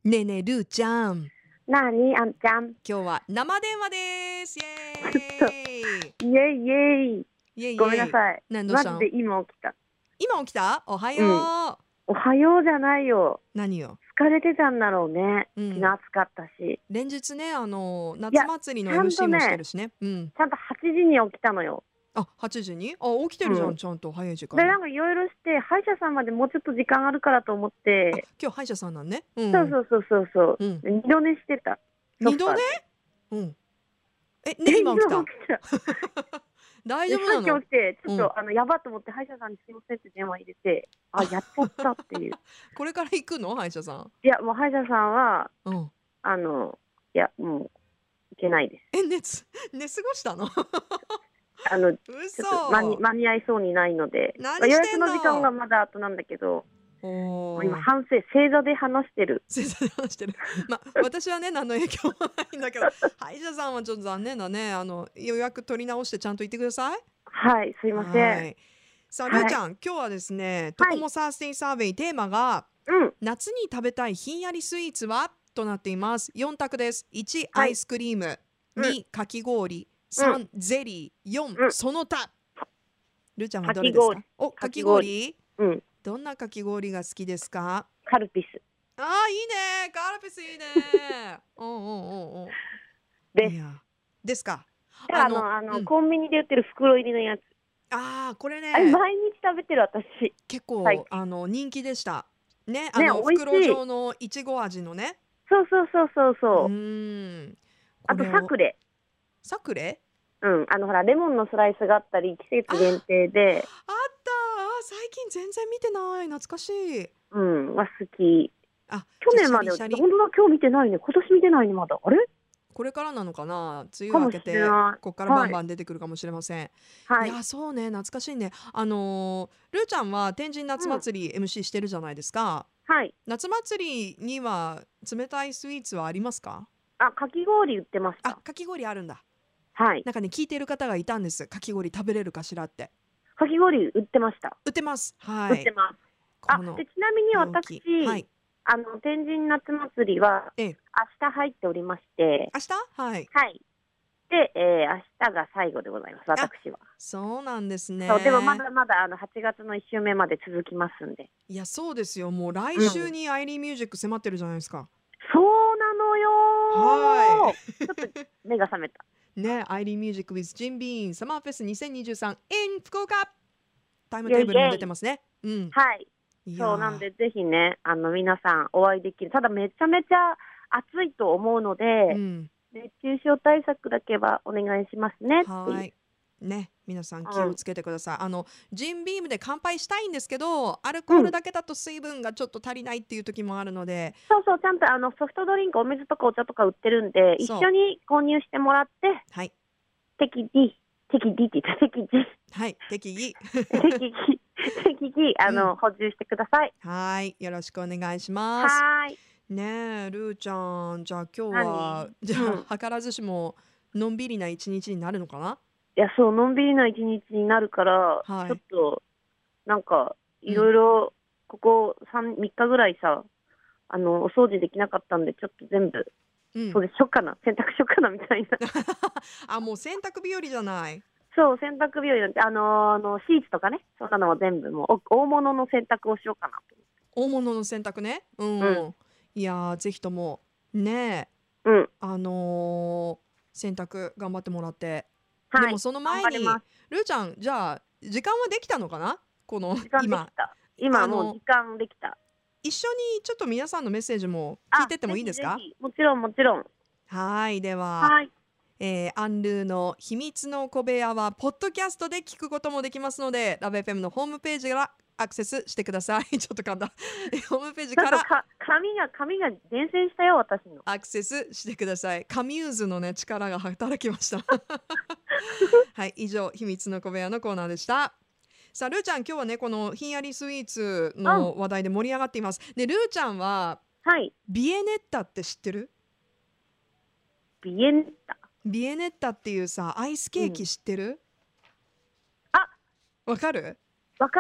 ねえねえルーちゃん、 なに、あんちゃん。 今日は生電話です。イエーイイエイイエイ。ごめんイエイイエイ。 なさい。マジで何どうしたの？ 今起きた。 今起きた？おはようん。 う。 おはようじゃないよ。 何よ。 疲れてたんだろうね。昨日暑かったし。 連日ね、 いや、 夏祭りのちゃんと MC もしてね、 るしね。 ちゃんと8時に起きたのよ。 あ、8時に起きてるじゃん、 うん。 ちゃんと早い時間で、 に。 なんかいろいろして、歯医者さんまでもうちょっと時間あるからと思っあ、 て、 今日歯医者さんなんね。 そうそうそうそうそう。 うん。 二度寝してた。ソ二度寝？ ファーで。 うん。ね、 え、 今起きた？ 起きた。 大で、さっ丈夫なの？ き起きて、ちょっうん。 とやばっと思って歯医者さんにすいませんって電話入れて、あ、やっちゃったっていう。 これから行くの？歯医者さん。 いや、もう歯医者さんは、 うん。 いや、もういけないです。 寝過ごしたの？ ちょっと嘘。 間に合いそうにないので、 何してん予約の時間がの？ まだ後なんだけど、 おもう今ー。 正座で話してる。 先生で話してる。私はね、何の影響もないんだけど、歯医者さんはちょっと残念だね。予約取り直してちゃんと行ってください。 はい、すいません。 はい。さあ、ルーはい。 ちゃん、今日はですね、トはい。 コモサースティサーベイテーマが、 うん。 夏に食べたいひんやりスイーツはとなっています。4択です。1、アはい。 イスクリーム。 うん。 2、かき氷。 うん。 3、ゼリー。4、 うん。 その他。ルーちゃんはかどれですか？ き氷。 お、かきかき氷。 氷？ うん。 どんなかき氷が好きですか？ カルピスああ、いいね。カルピスいいね。うんうんうんうん。 です。 いや、ですか。 だからうん。 コンビニで売ってる袋入りのやつ。 ああ、これあれ、 ね、 毎日食べてる私。 結構、 最近。 人気でした。ね、 ね、美味袋しい。 状のいちご味のね。 そうそうそうそううそう。 ーん。 あとこれを、 サクレ。 サクレ？ うん。ほら、レモンのスライスがあったり、季節限あ、 定で、 あった最近全然見てない。懐かしい。 うん、は好き。 あ、じゃあ、シャ去年まで、 リシャリ。 本当だ、今日見てないね。今年見てないね、まだ。あれこれからなのかな？梅雨明かもしけて、 れない。 こっからバはい。 ンバン出てくるかもしれません。いはい。 や、そうね、懐かしいね。ルーちゃんは天神夏うん。 祭り MC してるじゃないですか。 はい。 夏祭りには冷たいスイーツはありますか？ あ、かき氷売ってましあ、 た。 かき氷あるんだ。 はい。 なんかね、聞いてる方がいたんです。かき氷食べれるかしらって。 かき氷売ってました。 売ってます。はい。 売ってます。で、 このちなみに私、 陽気。はい。 天神夏祭りは、 ええ。 明日入っておりまして、 明日？はい。 はい。で、明日が最後でございます、 あ、 私は。 そうなんですそう、でもまね。 だまだ8月の1週目まで続きますんで。 いや、そうですよ。もう来うん。 週にアイリーミュージック迫ってるじゃないですか。 そうなのはい。 よー。ちょっと目が覚めた。 ね、アイリーミュージック with ジンビーンサマーフェス2023 in 福岡。タイムイェテーブルもイイェイ。 出てますね。うん。 はい。 いそうなんやで、ぜひね、皆さんお会いできる。ただめちゃめちゃ暑いと思うのー、うで、 ん。 熱中症対策だけはお願いしますねっていう。 はい。ね、皆さんうん。 気をつけてください。ジンビームで乾杯したいんですけど、アルコうん。 ールだけだと水分がちょっと足りないっていう時もあるので、 そうそう、ちゃんとソフトドリンク、お水とかお茶とか売ってるんで、一緒そう。 に購入してもらって、 はい。 適宜って言った、適時、 はい。適宜。 適宜、適宜、 うん。 補充してください。 はい。よろしくお願いします。 はーい。 ねえ、ルーちゃん、じゃあ今日は、 何？ じゃうん。 あ、図らずしも、のんびりな一日になるのかな？ いや、そう、のんびりな一日になるから、ちょっはい。 と、なんか、いうん。 ろいろ、ここ3日ぐらいさ、お掃除できなかったんで、ちょっと全部、 うん。 そうでしょうかな、洗濯しようかなみたいな。 あ、もう洗濯日和じゃない。 そう、洗濯日和なんで、シーツとかね、そんなのは全部もう、大物の洗濯をしようかなと大物の洗濯ね。う思って。 ん。いやー、ぜひとも、ねえ、 うん、うん。 洗濯頑張ってもらって。ではい、 もその前に、 頑張ります。 ルーちゃん、じゃあ、時間はできたのかな？この、 時間でき今。 た。今もう時間できた。 一緒にちょっと皆さんのメッセージも聞いてってもぜいいですか？ ひぜひ、もちろんもちろん。 はい、では、 はい。 アンルーの秘密の小部屋はポッドキャストで聞くこともできますので、ラブ FM のホームページからアクセスしてください。ちょっと噛んだ。ホームページから髪が伝染したよ、私の。 アクセスしてください。カミューズのね、力が働きました。はい、以上、秘密の小部屋のコーナーでした。さあ、ルーちゃん、今日はね、このひんやりスイーツうん。 の話題で盛り上がっています。で、ルーちゃんは、 はい。 ビエネッタって知ってる？ ビエンタ。 ビエネッタっていうさ、アイスケーキうん。 知ってる？ あ、 わかる？ わかる。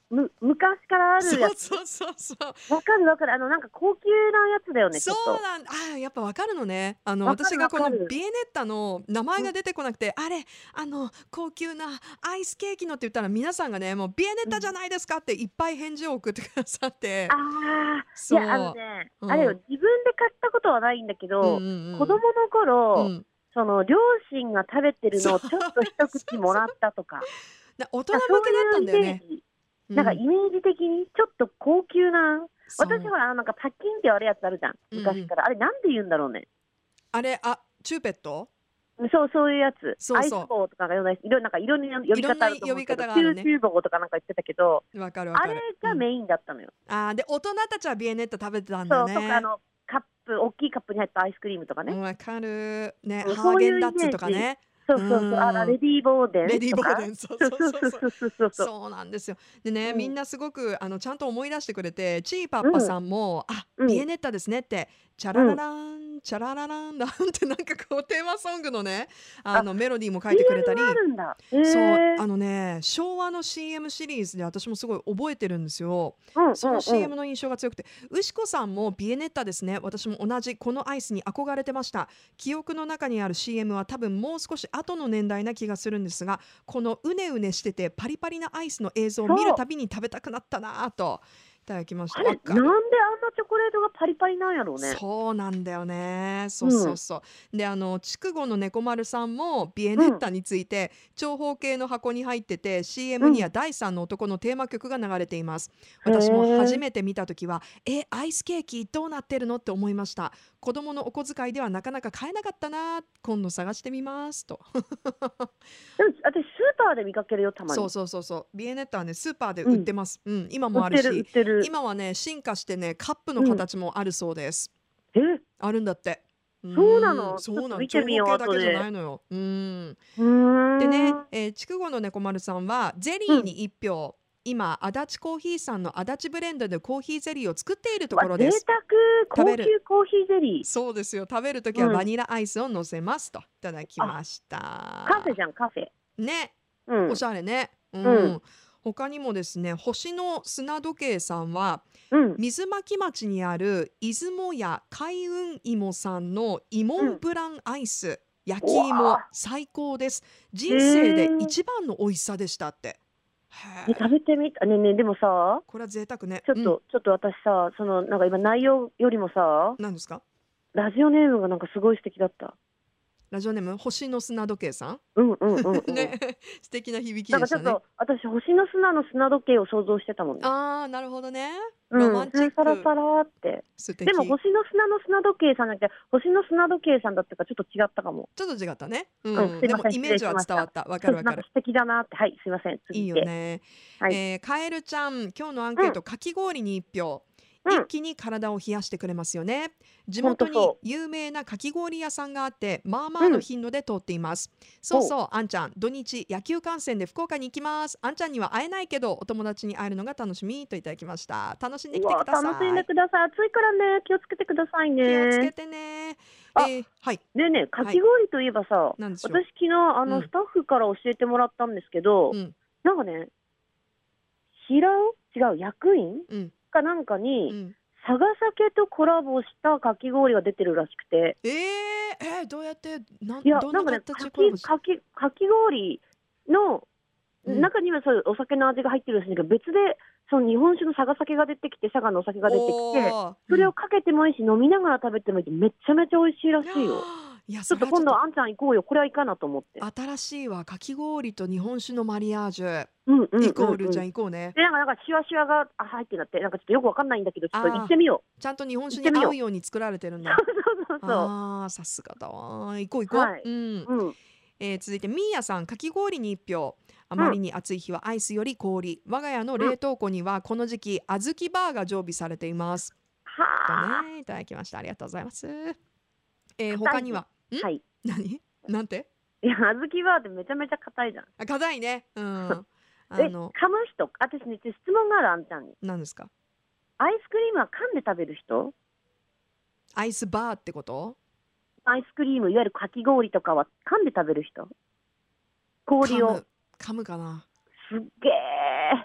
昔からあるやつ。 そうそうそう。 わかるわかる。なんか高級なやつだよね、ちそょっと。 うなんやっぱわかるのね。 わかる私がこのわかる。 ビエネッタの名前うん。 が出てこなくて、あれ、高級なアイスケーキのって言ったら皆さんがね、もうビエネッうん。 タじゃないですかっていっぱい返事を送ってくださっあて、 あ、いや、 そあれよ、 う、うん。 自分で買ったことはないんだけうんど、子供うんのうん。う頃、 ん。 両親が食べてるそうのをちょっと一口もらっそうそう。 たとか、 大人向そうけだったいうイんだよね。 メージ。なんかうん。 イメージ的にちょっと高級な、私そう。 ほら、なんかパッキンってあるやつあるじゃん。 うんうん。 昔から。あれなんて言うんだろうね。 あれ、チューペット？ そう、そういうやつ。アイスそうそ棒とかがなんかいろんな呼う。いろんなび方あると呼び思うけど、 方があるね。 チュー棒とかなんか言ってたけど、 わかるわあれかる。うん。 がメインだったのよ。 で、大人たちはビエネッタ食べてたんだそう、とかね。 大きいカップに入ったアイスクリームとかね。 わかる。ね、 うん、 ハーそういうイゲンダッツメージ。 とかね。うそうそうそう、 ーん。 レディーボーデレディー・ンとか。 ボーデン、そうそうそうそうそうそうそう。 そうそうそうそう。 そうなんですよ。でね、みうん。 んなすごくちゃんと思い出してくれて、チーパッうん。 パさんも、 うん。 ビエネッタですねって、チャララうん。 ラン、チャララランなんてなんかこうテーマソングのね、 あ、 メロディーも書いてくれ CM たり、 があるんだ。へそう、 え。 昭和の CM シリーズで私もすごい覚えてるんですよ。 うんそのうんうん。 CM の印象が強くて、牛子さんもビエネッタですね。私も同じこのアイスに憧れてました。記憶の中にある CM は多分もう少し後の年代な気がするんですが、このうねうねしててパリパリなアイスの映像を見るそう。 たびに食べたくなったなぁといただきました。 あれ、 わかる。 なんであんなチョコレートがパリパリなんやろうね。 そうなんだよね。そううん。 そうそう。で、筑後の猫丸さんもビエうん。 ネッタについて長方形の箱に入っててう CM にん。 は第三の男のテーマ曲が流れています。 へ私も初え。 めて見た時は、アイスケーキどうなってるのって思いました。子供のお小遣いではなかなか買えなかったな。今度探してみますと。 でも、私スーパーで見かけるよ、たまそうに。 そうそうそう。ビエネッタはね、スーパーでうん。 売ってます。うん、今売ってる売っもあるし、 てる。 今はね、進化してね、カップのうん。 形もあるそうです。 え、 あるんだって。 そうなの？ちょっと見て長みよう、 方形だけじゃな後で。 いのよ。 うでね、 ーん。 筑後の猫丸さんはゼうん。 リーに1票。今、足立コーヒーさんの足立ブレンドでコーヒーゼリーを作っているとうわ、 ころです。 贅沢。高食べる。 級コーヒーゼリー。 そうですよ。食べるときはうん。 バニラアイスを乗せますといただきあ、 ましカフェた。 じゃん、カフェ。 ね。おうん。 しゃれね。 うん。 他にもですね、星の砂時計さんはうん。 水巻町にある出雲屋海運芋さんのイモうん。 ンブランアイス焼うわき芋あ。 最高です。 へ人生でえ。 一番の美味しさでしたって。へ食え、 べてみたねえねえ、でもさ、 これは贅沢ね。 ちょっとちょっと私さ、なんか今内容よりもさ、 何ですか？ ラジオネームがなんかすごい素敵だった。 ラジオネーム星の砂時計さん。 うんうんうんうん。 ね、素敵な響きなんかちょでしたね。 っと私、星の砂の砂時計を想像してたもんね。 なるほどね。ロうん、 マンチック。 サラサラって。でも素敵。 星の砂の砂時計さんじゃなくて、星の砂時計さんだったからちょっと違ったかも。 ちょっと違ったね。 うん、すいません、 でもイ失メージは礼しました。 伝わった。わかそう、なんかるわかる。 素敵だなって。はい、すいません、 いい続いて。 よね。 はい。 カエルちゃん、今日のアンうん、 ケート、かき氷に1票。一うん、 気に体を冷やしてくれますよね。地ほんと元にそ有名なかき氷屋さんがあって、まあまう。 あうん、 の頻度で通っています。そうほう。 そう、あんちゃん、土日野球観戦で福岡に行きます。あんちゃんには会えないけど、お友達に会えるのが楽しみといただきました。楽しんでうわ、 きてくだ楽しんさい。 でください。暑いからね、気をつけてくださいね。 気をつけてね。 あ、 はい、 でね、かはい、 き氷といえばさ、 なんでしょ私昨日う。 スタッフから教えてもらったんですけど、 うん、 なんかね、平尾違う、役員うん、 かなんかに、 うん。 佐賀酒とコラボしたかき氷が出てるらしくて、 どうやって、 いや、 どんななんかね、 形でコラボし、 かき氷のうん。 中にはそういうお酒の味が入ってるらしいんだけど、別でその日本酒の佐賀酒が出てきて、佐賀のお酒が出てきて、 おー、うん。 それをかけてもいいし、飲みながら食べてもいいって、めちゃめちゃ美味しいらしいよ。 いや、 ちょっとそれはちょっと今度あんちゃん行こうよ。これはいかなと思って。 新しいわ。かき氷と日本酒のマリアージュ。 うんうんイコールじゃん、 うんうん。 行こうね。 で、なんかシュワシュワが入ってんだって、なんかちょっとよくわかんないんだけど、ちょっと行ってああ、 みよちゃんと日本う。行っ酒にてみよう。 合うように作られてるんだ。 そうそうそうそう。 さすがだわ。行こう行こう。 はい。 うん。 うん。 続いて、ミーヤさん、かき氷に1票。あうん。 まりに暑い日はアイスより氷。我が家のうん。 冷凍庫にはこの時期、小豆バーが常備されています。 はとあ。 ね、いただきました。ありがとうございます。 硬いね。 他には、 はい。 何なんて？ いや、小豆バーってめちゃめちゃ硬いじゃん。 硬いね。うん。 噛む人、私ね、質問がある、あんちゃんに。 何ですか？ アイスクリームは噛んで食べる人？ アイスバーってこと？ アイスクリーム、いわゆるかき氷とかは噛んで食べる人？氷を。 噛むかな。 すっげー。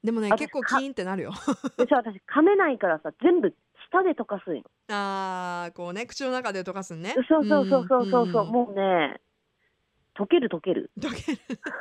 でもね、結私構キーンってなるよ。 私噛めないからさ、全部舌で溶かすんよ。 ああ、こうね、口の中で溶かすんね。 そうそうそううん、 そうそうそう、 うん。 もうね、溶ける溶ける。 溶ける。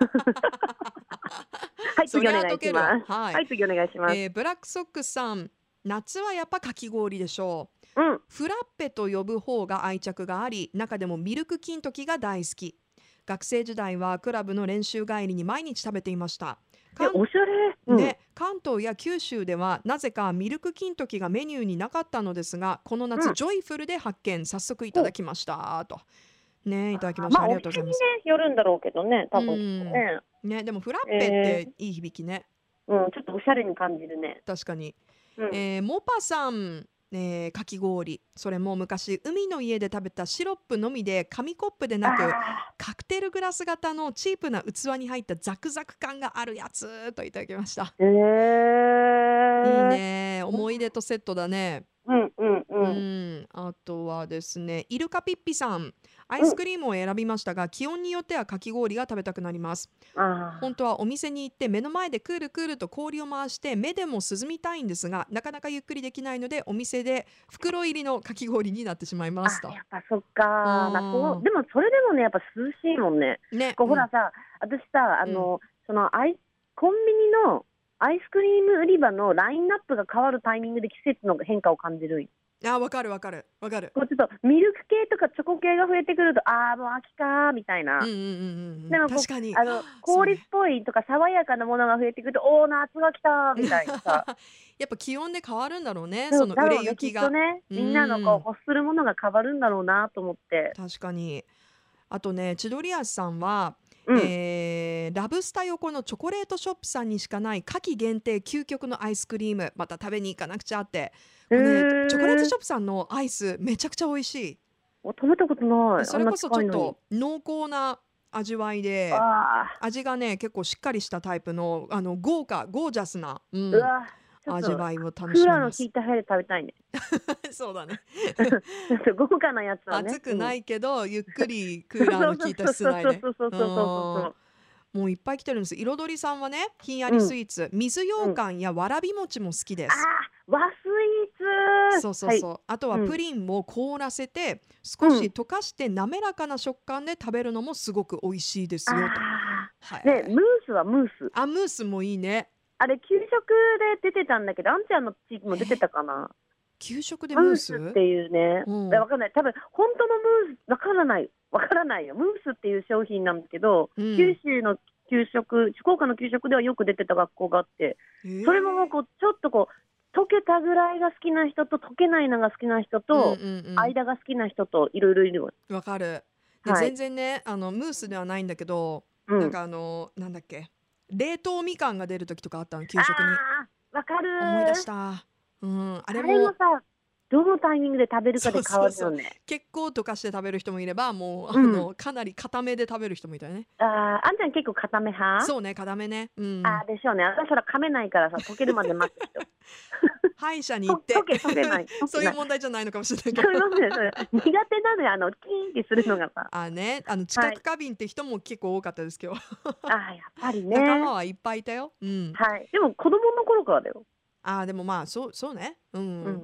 はい、 そりゃ次お願い溶けるわ。 します。 はい。 はい、次お願いします。 ブラックソックスさん、夏はやっぱかき氷でしょう。 うん。 フラッペと呼ぶ方が愛着があり、中でもミルク金時が大好き。学生時代はクラブの練習帰りに毎日食べていました。 おしゃれ。うん。 ね、関東や九州ではなぜかミルク金時がメニューになかったのですが、この夏うん。 ジョイフルで発見、早速いただおきましたと。ね、いただきました。 まあ、 ありお店にね、 がとうございます。 よるんだろうけどね、 う多分きっとん。 ね。 ね、でもフラッペっえていい響きね。 うん、ちょっとおしゃれに感じるね。 確かに。 うん。 モパさん、かき氷。それも昔、海の家で食べたシロップのみで、紙コップでなく、 あカクテルグラス型のチープな器に入ったザクザク感があるやつといただきました。 あ、へいいえ。 ね。思い出とセットだね。 うんうんううん。 ん。あとはですね、イルカピッピさん。アイうん。 スクリームを選びましたが、気温によってはかき氷が食べたくなります。本あ当はお店に行って目の前でクールクールと氷を回して目でも涼みたいんですが、なかなかゆっくりできないのでお店で袋入りのかき氷になってしまいまあ、 すと。 やっぱそっか。 あでもそれでもね、やっぱ涼しいもんね。 ーね、 こううん、 ほらさ、私さ、 うん。 そのコンビニのアイスクリーム売り場のラインナップが変わるタイミングで季節の変化を感じるんよ。 あ、わかるわかるわかる。 こうちょっとミルク系とかチョコ系が増えてくると、ああ、もう秋かーみたいな。 うんうんうんうんうん。 でもこう、 確かに。そう氷っね。 ぽいとか爽やかなものが増えてくると、おお、夏が来たーみたいなさ。 やっぱ気温で変わるんだろうね、 そうその売れだろうね、きっ行きが。 とね。 うみんなのこうん、 欲するものが変わるんだろうなと思って。 確かに。あとね、千鳥足さんは、 うん。 ラブスタ横のチョコレートショップさんにしかない夏季限定究極のアイスクリーム、また食べに行かなくちゃって。 へこれね、チョコレートえ。 ショップさんのアイスめちゃくちゃ美味しい。 食べたことない。あんなそれこそちょ近いのに。 っと濃厚な味わいで、 ああ、 味がね、結構しっかりしたタイプの、ゴージャスな、うん、 うわ、ちょっ味とわいを楽クーラーの効しめます。 いた部屋で食べたいね。 そうだね。 ちょっと豪華なやつはね。うん。 暑くないけど、ゆっくりクーそうラーの効いたそうそう室内で。 そうそううそうそうそうそーん。 う。 もういっぱい来てるんです。彩りさんはね、ひんやうん、 りスイーツ、水羊うん。 羹やわらび餅も好きであす。 あ、和スイーツ。はい。 そうそうそう。あとはうん、 プリンを凍らせて、 うん。 少し溶かして滑らかな食感で食べるのもすごく美味しいですよと。 ああ、ね、 はい。 ムースはムース。 あ、ムースもいいね。 あれ給食で出てたんだけど、あんちゃんの地域も出てたかな。 給食でムームースっス。 ていうね、 うん。 わかんない。多分本当のムースわからない。わからないよ。ムースっていう商品なんですけど、 うん。 九州の給食、福岡の給食ではよく出てた学校があって、それももうええ、 こうちょっとこう溶けたぐらいが好きな人と溶けないのが好きな人うんうと、 ん間が好きな人といろいろいるわ。 うん。わかる。で、 はい。 全然ね、ムースではないんだけど、 うん。 なんかなんだっけ、冷凍みかんが出る時とかあったの、給食に。 ああ、わかる思い出しー。 た。うん、あれあれもも、 さ、どのタイミングで食べるかそで変うそうそう。 わるよね。 結構溶かして食べる人もいれば、もう、 うん。 かなり固めで食べる人もいたよね。 ああ、あんちゃん結構固め派？ そうね、固めね。うん。 ああ、でしょうね。私ほら噛めないからさ、溶けるまで待つ人。 歯医者に行って。 溶けない、溶そういうけない。 問題じゃないのかもしれないけど。 そういうことね、それ。苦手なのよ、キーンってするのがさ。 あ、ね、知はい。 覚過敏って人も結構多かったです、今日。 ああ、やっぱり仲間ね。 はいっぱいいたよ。うん。 はい。でも子供の頃からだよ。 あ、でもまあ、そうね。うん。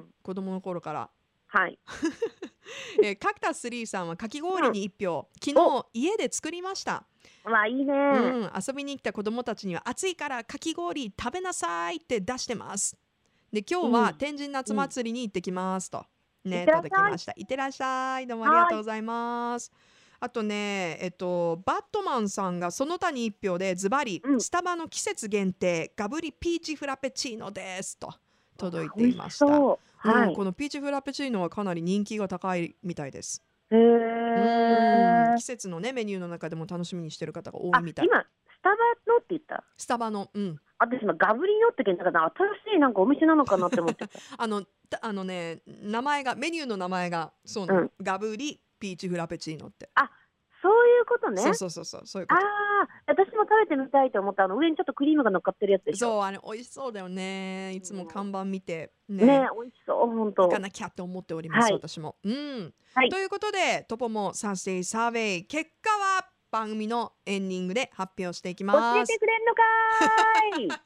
うん。 子供の頃から。 はい。 カクタス3さんはかき氷うん。 に1票。昨お、 日家で作りました。 まあいいね。 うん、遊びに来た子供たちには暑いからかき氷食べなさいって出してます。で、今日はいい。 天神夏うん。 祭りに行ってきますと。 いっね、 てらっしゃい。 届きました。いってらっしゃい。どうもありがはい。 とうございます。あとね、バットマンさんがその他に1票でズバリ、 うん。 スタバの季節限定ガブリピーチフラペチーノですと届いてい美味しました。 そう。 うん、 はい。 このピーチフラペチーノはかなり人気が高いみたいです。 へうーん、 え。 季節のね、メニューの中でも楽しみにしてる方が多いあ、 みたい。 今、スタバのって言った？ スタバの、うん。 私今ガブリノって聞いたから、新しいなんかお店なのかなって思ってた。 あのね、名前が、メニューの名前がそうなの。 うん。 ガブリピーチフラペチーノって。 あ、そういうことね。 そうそうそうそう、そういうあこと。 あ、私も食べてみたいと思った、上にちょっとクリームが乗っかってるやつでしょ？ そう、あれ美味しそうだよね。いつも看板見て、 ねね、 え、美味しそう、ほんと。 行かなきゃって思っております、 はい。 私も。うん。 はい。 ということで、トポもサンスデーサーベイ、結果は番組のエンディングで発表していき教ます。 えてくれんのかーい。